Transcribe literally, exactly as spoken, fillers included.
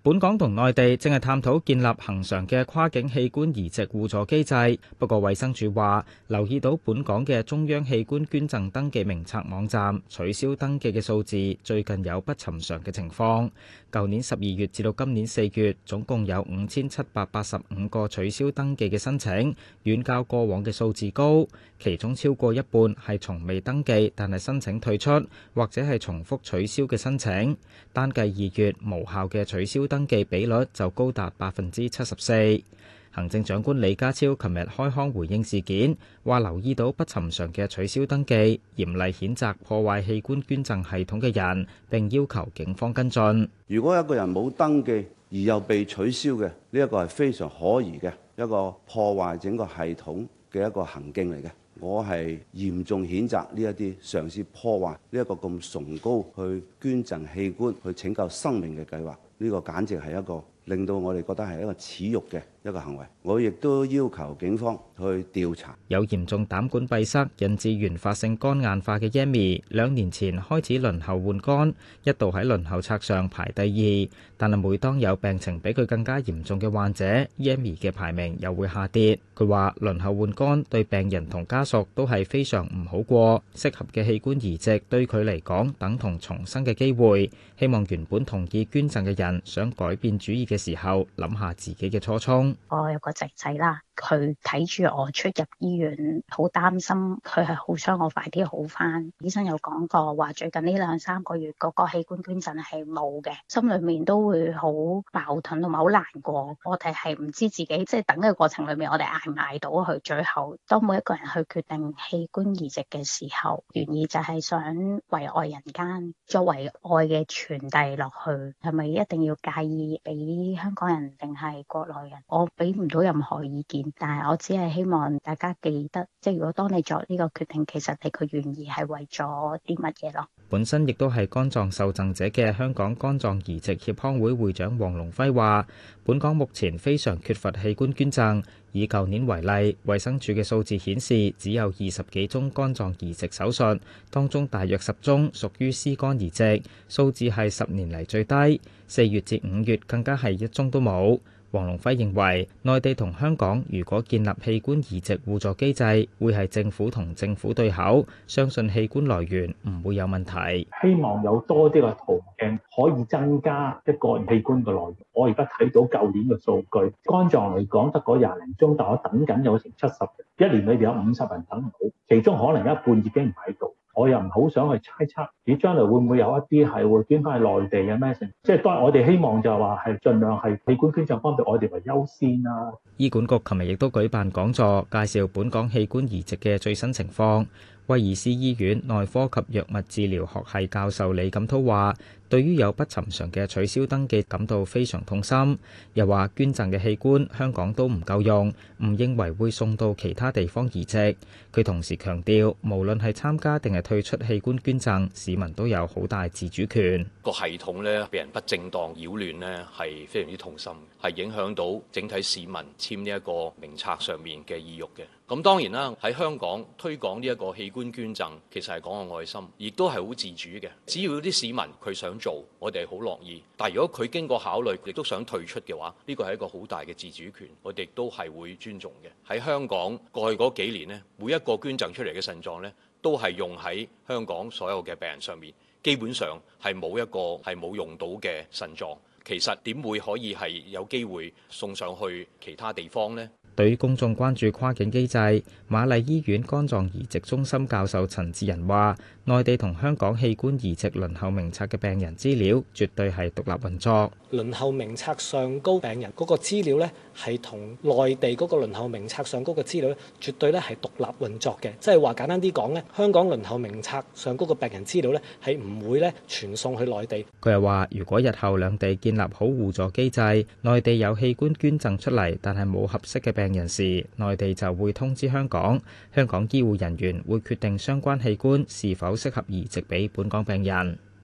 本港同內地正係探討建立恆常嘅跨境器官移植互助機制，不過衛生署話留意到本港嘅中央器官捐贈登記名冊網站取消登記嘅數字最近有不尋常嘅情況。舊年十二月至到今年四月，總共有五千七百八十五個取消登記嘅申請，遠較過往嘅數字高。其中超過一半係從未登記但係申請退出，或者係重複取消嘅申請。單計二月無效嘅取消登記比率就高達百分之七十四。行政長官李家超琴日開腔回應事件，話留意到不尋常嘅取消登記，嚴厲譴責破壞器官捐贈系統嘅人，並要求警方跟進。 如果一個人冇登記而又被取消嘅，呢一個係非常可疑嘅一個破壞整個系統嘅一個行徑嚟嘅。我係嚴重譴責呢一啲嘗試破壞呢一個咁崇高去捐贈器官去拯救生命嘅計劃，呢個簡直係一個令到我哋覺得係一個恥辱嘅一個行為。我亦都要求警方去調查。 有嚴重膽管閉塞引致原發性肝硬化嘅 Yami， 兩年前開始輪候換肝，一度喺輪候冊上排第二，但係每當有病情比佢更加嚴重嘅患者， Yami 嘅排名又會下跌。佢話輪候換肝對病人同家屬都係非常唔好過，適合嘅器官移植對佢嚟講等同重生嘅機會。希望原本同意捐贈嘅人想改變主意嘅時候，諗下自己嘅初衷。 我有個仔仔啦，佢睇住我出入醫院，好擔心佢係好想我快啲好返。醫生有講過話，最近呢兩三個月嗰個器官捐贈係冇嘅，心裏面都會好矛盾同埋好難過。我哋係唔知自己即係等嘅過程裏面，我哋捱唔捱到去最後。當每一個人去決定器官移植嘅時候，原意就係想為愛人間，作為愛嘅傳遞落去，係咪一定要介意俾香港人定係國內人？我俾唔到任何意見，但係我只係希望大家記得，即係如果當你作呢個決定，其實你個原意係為咗啲乜嘢咯？ 本身亦都係肝臟受贈者嘅香港肝臟移植協康會會長黃龍輝話，本港目前非常缺乏器官捐贈。以舊年為例，衛生署嘅數字顯示只有二十幾宗肝臟移植手術，當中大約十宗屬於屍肝移植，數字係十年嚟最低。四月至五月更加係一宗都冇。黃龍輝認為，內地同香港如果建立器官移植互助機制，會係政府同政府對口，相信器官來源唔會有問題。 希望有多啲嘅途徑可以增加一個器官嘅來源。我而家睇到舊年嘅數據，肝臟嚟講得嗰廿零宗，但我等緊有成七十人，一年裏邊有五十人等唔到，其中可能一半已經唔喺度。我又唔好想去猜測，咦將來會唔會有一啲係會捐翻去內地嘅咩？即係當然我哋希望就係話係盡量係器官捐贈方面，我哋為優先啦。 醫管局琴日亦都舉辦講座，介紹本港器官移植嘅最新情況。威爾斯醫院內科及藥物治療學系教授李錦滔話，對於有不尋常嘅取消登記感到非常痛心，又話捐贈嘅器官香港都唔夠用，唔認為會送到其他地方移植。佢同時強調，無論係參加定係退出器官捐贈，市民都有好大自主權。 個系統咧被人不正當擾亂咧，係非常之痛心，係影響到整體市民簽呢一個名冊上面嘅意欲嘅。咁當然啦，喺香港推廣呢一個器官捐贈，其實係講個愛心，亦都係好自主嘅。只要啲市民佢想做，我哋好樂意。但係如果佢經過考慮，亦都想退出嘅話，呢個係一個好大嘅自主權，我哋都係會尊重嘅。喺香港過去嗰幾年呢，每一個捐贈出嚟嘅腎臟呢，都係用喺香港所有嘅病人上面，基本上係冇一個係冇用到嘅腎臟。其實點會可以係有機會送上去其他地方呢？ 對於公眾關注跨境機制，瑪麗醫院肝臟移植中心教授陳志仁話，內地同香港器官移植輪候名冊嘅病人資料絕對係獨立運作。 輪候名冊上高病人嗰個資料咧，係同內地嗰個輪候名冊上高嘅資料咧，絕對咧係獨立運作嘅。即係話簡單啲講咧，香港輪候名冊上高嘅病人資料咧，係唔會咧傳送去內地。 佢又話，如果日後兩地建立好互助機制，內地有器官捐贈出嚟，但係冇合適嘅病人時，內地就會通知香港，香港醫護人員會決定相關器官是否適合移植俾本港病人。